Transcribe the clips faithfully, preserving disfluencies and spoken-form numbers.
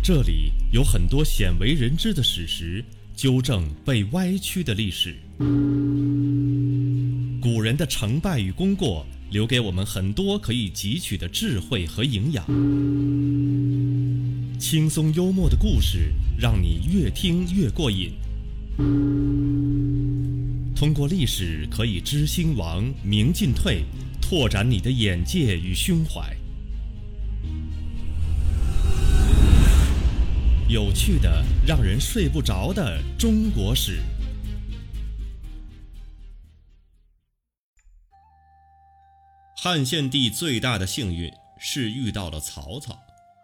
这里有很多鲜为人知的史实，纠正被歪曲的历史。古人的成败与功过，留给我们很多可以汲取的智慧和营养。轻松幽默的故事，让你越听越过瘾。通过历史可以知兴亡，明进退，拓展你的眼界与胸怀。有趣的、让人睡不着的中国史。汉献帝最大的幸运是遇到了曹操。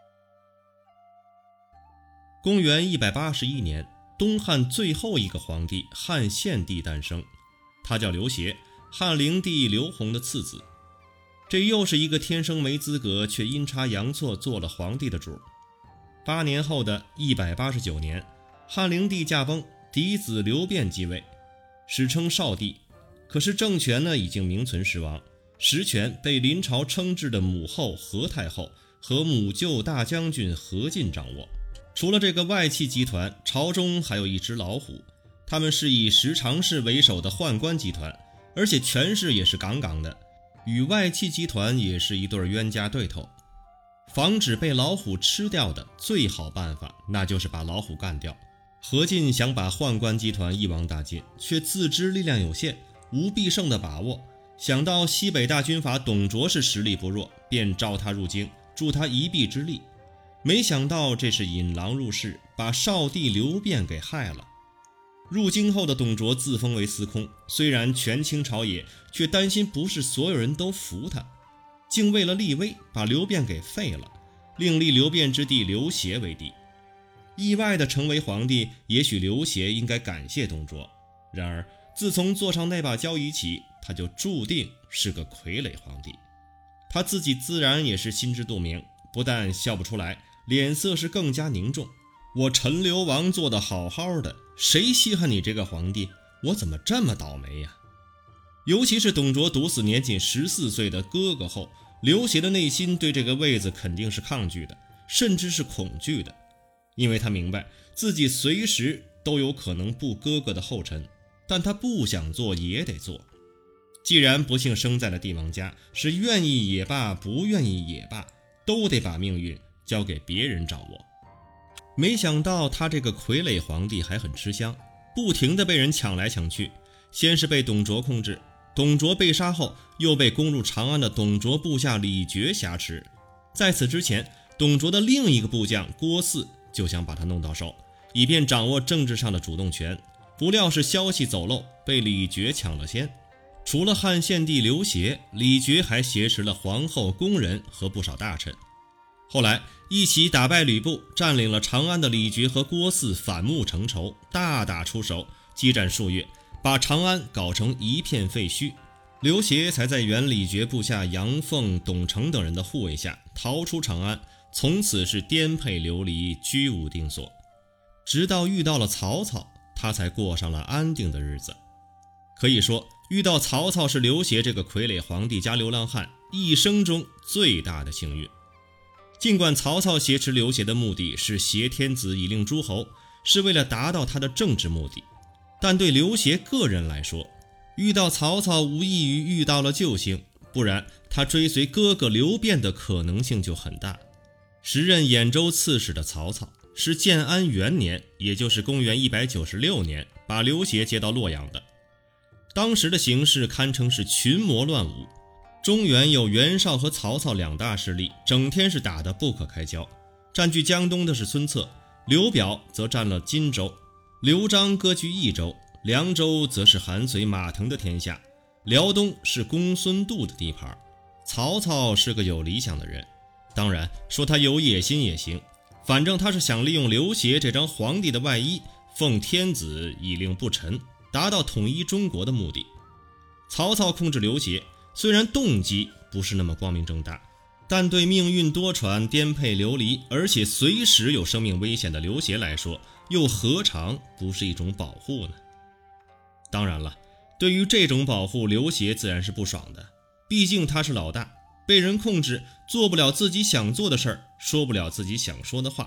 公元一百八十一年，东汉最后一个皇帝汉献帝诞生，他叫刘协，汉灵帝刘宏的次子。这又是一个天生没资格却阴差阳错做了皇帝的主。八年后的一百八十九年，汉灵帝驾崩，嫡子刘辩继位，史称少帝。可是政权呢已经名存实亡，实权被临朝称制的母后何太后和母舅大将军何进掌握。除了这个外戚集团，朝中还有一只老虎，他们是以十常侍为首的宦官集团，而且权势也是杠杠的，与外戚集团也是一对冤家对头。防止被老虎吃掉的最好办法，那就是把老虎干掉。何进想把宦官集团一网打尽，却自知力量有限，无必胜的把握。想到西北大军阀董卓是实力不弱，便召他入京，助他一臂之力。没想到这是引狼入室，把少帝刘辩给害了。入京后的董卓自封为司空，虽然权倾朝野，却担心不是所有人都服他，竟为了立威把刘辩给废了，另立刘辩之弟刘协为帝。意外的成为皇帝，也许刘协应该感谢董卓。然而自从坐上那把交椅起，他就注定是个傀儡皇帝。他自己自然也是心知肚明，不但笑不出来，脸色是更加凝重。我陈留王做得好好的，谁稀罕你这个皇帝？我怎么这么倒霉呀？尤其是董卓毒死年仅十四岁的哥哥后，刘协的内心对这个位子肯定是抗拒的，甚至是恐惧的，因为他明白自己随时都有可能步哥哥的后尘，但他不想做也得做。既然不幸生在了帝王家，是愿意也罢，不愿意也罢，都得把命运交给别人掌握。没想到他这个傀儡皇帝还很吃香，不停地被人抢来抢去。先是被董卓控制，董卓被杀后，又被攻入长安的董卓部下李傕挟持。在此之前，董卓的另一个部将郭汜就想把他弄到手，以便掌握政治上的主动权。不料是消息走漏，被李傕抢了先。除了汉献帝刘协，李傕还挟持了皇后、宫人和不少大臣。后来一起打败吕布，占领了长安的李傕和郭汜反目成仇，大打出手，激战数月，把长安搞成一片废墟。刘协才在原李傕部下杨凤、董承等人的护卫下逃出长安，从此是颠沛流离，居无定所。直到遇到了曹操，他才过上了安定的日子。可以说，遇到曹操是刘协这个傀儡皇帝加流浪汉一生中最大的幸运。尽管曹操挟持刘协的目的是挟天子以令诸侯，是为了达到他的政治目的，但对刘协个人来说，遇到曹操无异于遇到了救星，不然他追随哥哥刘辩的可能性就很大。时任兖州刺史的曹操是建安元年，也就是公元一百九十六年，把刘协接到洛阳的。当时的形势堪称是群魔乱舞，中原有袁绍和曹操两大势力，整天是打得不可开交。占据江东的是孙策，刘表则占了荆州，刘璋割据益州，凉州则是韩遂、马腾的天下，辽东是公孙度的地盘。曹操是个有理想的人，当然说他有野心也行，反正他是想利用刘协这张皇帝的外衣，奉天子以令不臣，达到统一中国的目的。曹操控制刘协，虽然动机不是那么光明正大，但对命运多舛、颠沛流离，而且随时有生命危险的刘协来说，又何尝不是一种保护呢？当然了，对于这种保护，刘协自然是不爽的，毕竟他是老大，被人控制，做不了自己想做的事儿，说不了自己想说的话，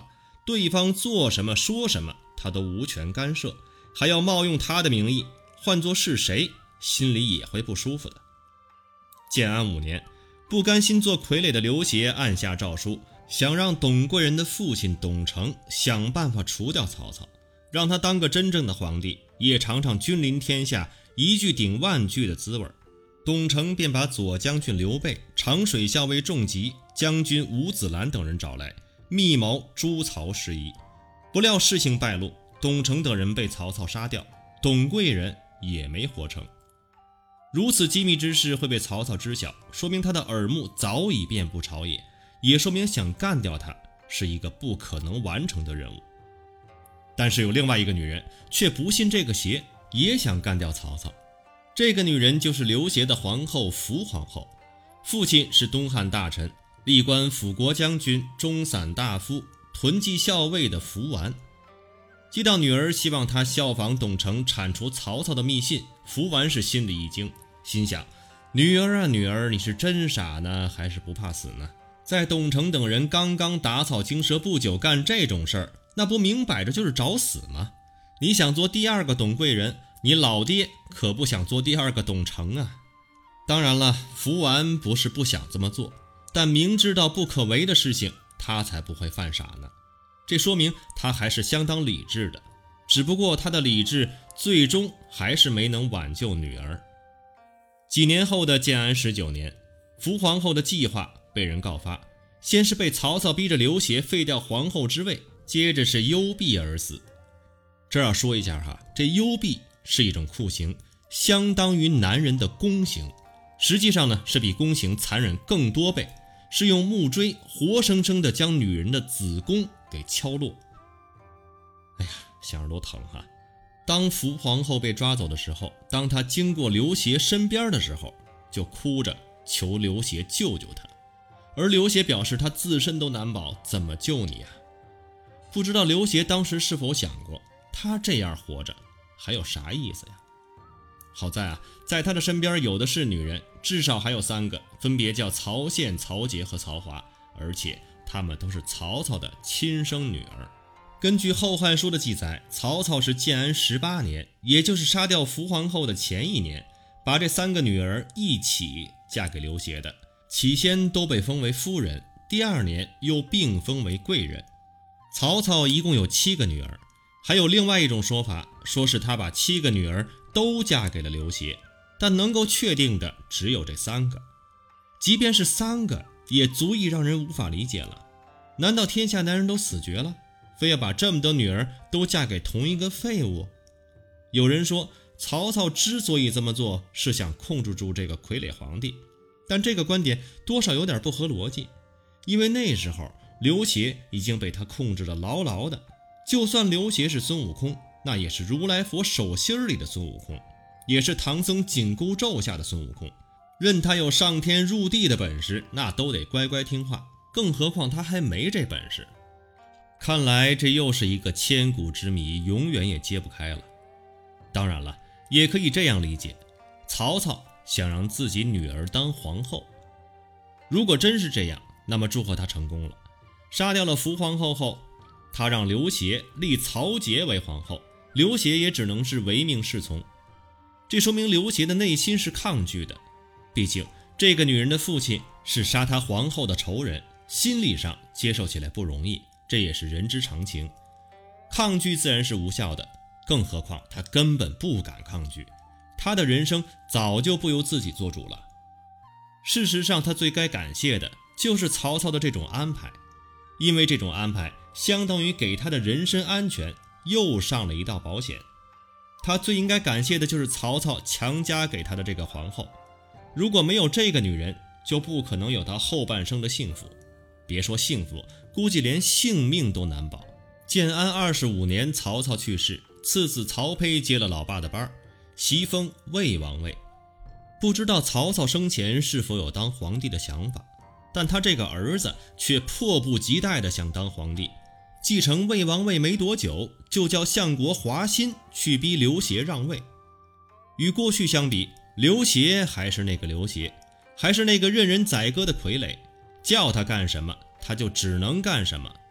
对方做什么说什么他都无权干涉，还要冒用他的名义，换作是谁心里也会不舒服的。建安五年，不甘心做傀儡的刘协暗下诏书，想让董贵人的父亲董承想办法除掉曹操，让他当个真正的皇帝，也尝尝君临天下一句顶万句的滋味。董承便把左将军刘备、长水校尉仲吉、将军吴子兰等人找来，密谋诛曹事宜。不料事情败露，董承等人被曹操杀掉，董贵人也没活成。如此机密之事会被曹操知晓，说明他的耳目早已遍布朝野，也说明想干掉他是一个不可能完成的任务。但是有另外一个女人却不信这个邪，也想干掉曹操。这个女人就是刘协的皇后伏皇后，父亲是东汉大臣，历官辅国将军、中散大夫、屯骑校尉的伏完。接到女儿希望他效仿董承铲除曹操的密信，伏完是心里一惊，心想：女儿啊女儿，你是真傻呢，还是不怕死呢？在董承等人刚刚打草惊蛇不久干这种事儿，那不明摆着就是找死吗？你想做第二个董贵人，你老爹可不想做第二个董承啊。当然了，伏完不是不想这么做，但明知道不可为的事情，他才不会犯傻呢。这说明他还是相当理智的，只不过他的理智最终还是没能挽救女儿。几年后的建安十九年，伏皇后的计划被人告发，先是被曹操逼着刘协废掉皇后之位，接着是幽闭而死。这要说一下哈，这幽闭是一种酷刑，相当于男人的宫刑，实际上呢是比宫刑残忍更多倍，是用木锥活生生的将女人的子宫给敲落。哎呀，想着都疼哈。当伏皇后被抓走的时候，当她经过刘协身边的时候，就哭着求刘协救救她，而刘协表示他自身都难保，怎么救你啊？不知道刘协当时是否想过，他这样活着还有啥意思呀？好在啊，在他的身边有的是女人，至少还有三个，分别叫曹宪、曹节和曹华，而且她们都是曹操的亲生女儿。根据《后汉书》的记载，曹操是建安十八年，也就是杀掉伏皇后的前一年，把这三个女儿一起嫁给刘协的。起先都被封为夫人，第二年又并封为贵人。曹操一共有七个女儿，还有另外一种说法，说是他把七个女儿都嫁给了刘协，但能够确定的只有这三个。即便是三个，也足以让人无法理解了。难道天下男人都死绝了，非要把这么多女儿都嫁给同一个废物？有人说，曹操之所以这么做，是想控制住这个傀儡皇帝，但这个观点多少有点不合逻辑，因为那时候刘协已经被他控制得牢牢的。就算刘协是孙悟空，那也是如来佛手心里的孙悟空，也是唐僧紧箍咒下的孙悟空，任他有上天入地的本事，那都得乖乖听话，更何况他还没这本事。看来这又是一个千古之谜，永远也揭不开了。当然了，也可以这样理解，曹操想让自己女儿当皇后。如果真是这样，那么祝贺他成功了。杀掉了伏皇后后，他让刘协立曹节为皇后，刘协也只能是唯命是从。这说明刘协的内心是抗拒的，毕竟这个女人的父亲是杀他皇后的仇人，心理上接受起来不容易，这也是人之常情。抗拒自然是无效的，更何况他根本不敢抗拒，他的人生早就不由自己做主了。事实上，他最该感谢的就是曹操的这种安排，因为这种安排相当于给他的人身安全又上了一道保险。他最应该感谢的就是曹操强加给他的这个皇后，如果没有这个女人，就不可能有他后半生的幸福，别说幸福，估计连性命都难保。建安二十五年，曹操去世，次子曹丕接了老爸的班，袭封魏王位。不知道曹操生前是否有当皇帝的想法，但他这个儿子却迫不及待地想当皇帝。继承魏王位没多久，就叫相国华歆去逼刘协让位。与过去相比，刘协还是那个刘协，还是那个任人宰割的傀儡，叫他干什么他就只能干什么。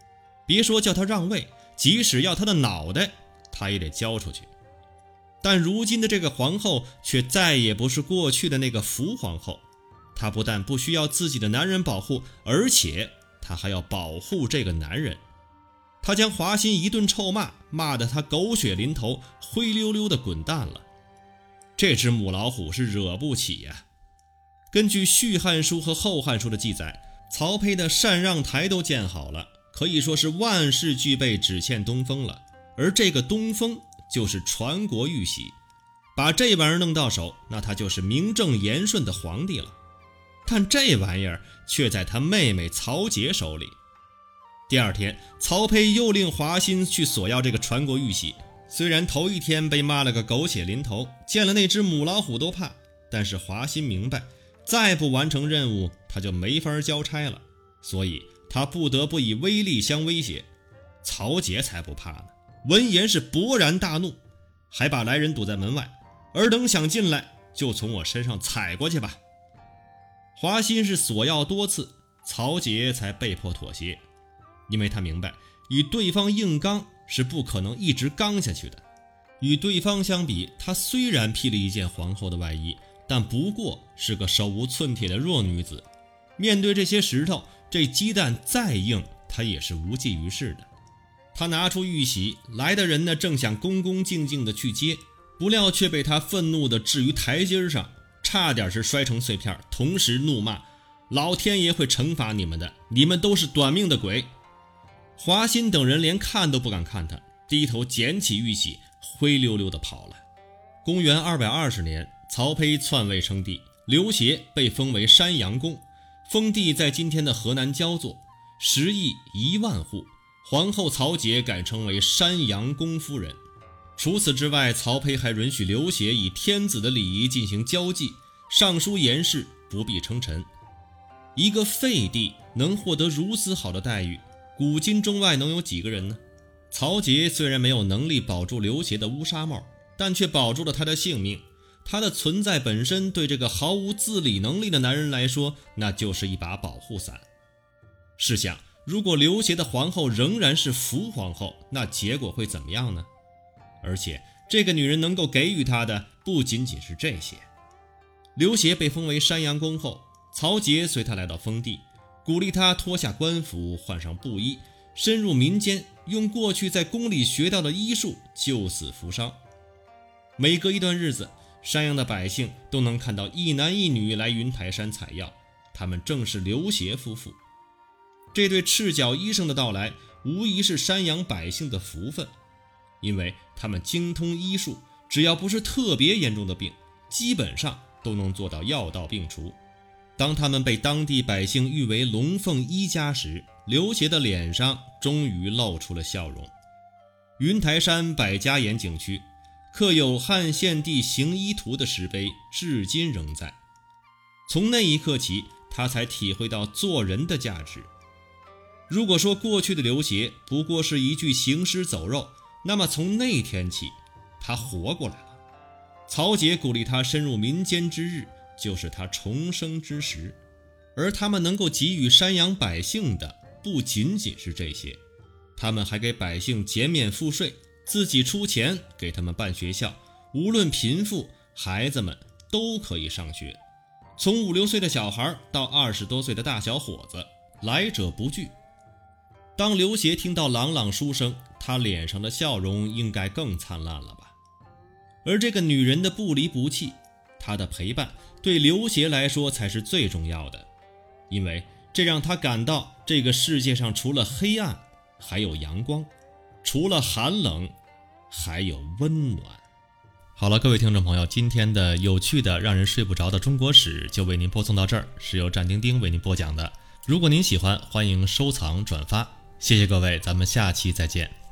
别说叫他让位，即使要他的脑袋，他也得交出去。但如今的这个皇后却再也不是过去的那个福皇后，她不但不需要自己的男人保护，而且她还要保护这个男人。她将华歆一顿臭骂，骂得他狗血淋头，灰溜溜的滚蛋了。这只母老虎是惹不起呀、啊。根据《续汉书》和《后汉书》的记载，曹丕的禅让台都建好了，可以说是万事俱备，只欠东风了。而这个东风就是传国玉玺，把这玩意儿弄到手，那他就是名正言顺的皇帝了。但这玩意儿却在他妹妹曹节手里。第二天，曹丕又令华歆去索要这个传国玉玺。虽然头一天被骂了个狗血淋头，见了那只母老虎都怕，但是华歆明白，再不完成任务，他就没法交差了，所以他不得不以威力相威胁。曹节才不怕呢，闻言是勃然大怒，还把来人堵在门外，尔等想进来，就从我身上踩过去吧。华歆是索要多次，曹节才被迫妥协，因为他明白与对方硬刚是不可能一直刚下去的。与对方相比，他虽然披了一件皇后的外衣，但不过是个手无寸铁的弱女子，面对这些石头，这鸡蛋再硬，他也是无济于事的。他拿出玉玺，来的人呢正想恭恭敬敬地去接，不料却被他愤怒地置于台阶上，差点是摔成碎片，同时怒骂：老天爷会惩罚你们的，你们都是短命的鬼。华歆等人连看都不敢看他，低头捡起玉玺，灰溜溜地跑了。公元二百二十年，曹丕篡位称帝，刘协被封为山阳公，封地在今天的河南焦作，食邑一万户。皇后曹节改称为山阳公夫人。除此之外，曹丕还允许刘协以天子的礼仪进行交际，上书言事，不必称臣。一个废帝能获得如此好的待遇，古今中外能有几个人呢？曹节虽然没有能力保住刘协的乌纱帽，但却保住了他的性命。他的存在本身对这个毫无自理能力的男人来说，那就是一把保护伞。试想，如果刘协的皇后仍然是福皇后，那结果会怎么样呢？而且这个女人能够给予他的不仅仅是这些。刘协被封为山阳公后，曹节随他来到封地，鼓励他脱下官服，换上布衣，深入民间，用过去在宫里学到的医术救死扶伤。每隔一段日子，山阳的百姓都能看到一男一女来云台山采药，他们正是刘协夫妇。这对赤脚医生的到来，无疑是山阳百姓的福分，因为他们精通医术，只要不是特别严重的病，基本上都能做到药到病除。当他们被当地百姓誉为龙凤医家时，刘协的脸上终于露出了笑容。云台山百家岩景区刻有汉献帝行医图的石碑，至今仍在。从那一刻起，他才体会到做人的价值。如果说过去的刘协不过是一具行尸走肉，那么从那天起，他活过来了。曹节鼓励他深入民间之日，就是他重生之时。而他们能够给予山阳百姓的，不仅仅是这些，他们还给百姓减免赋税，自己出钱给他们办学校，无论贫富，孩子们都可以上学。从五六岁的小孩到二十多岁的大小伙子，来者不拒。当刘协听到朗朗书声，他脸上的笑容应该更灿烂了吧。而这个女人的不离不弃，她的陪伴，对刘协来说才是最重要的，因为这让他感到这个世界上除了黑暗，还有阳光；除了寒冷，还有温暖。好了，各位听众朋友，今天的有趣的让人睡不着的中国史就为您播送到这儿，是由战丁丁为您播讲的。如果您喜欢，欢迎收藏转发，谢谢各位，咱们下期再见。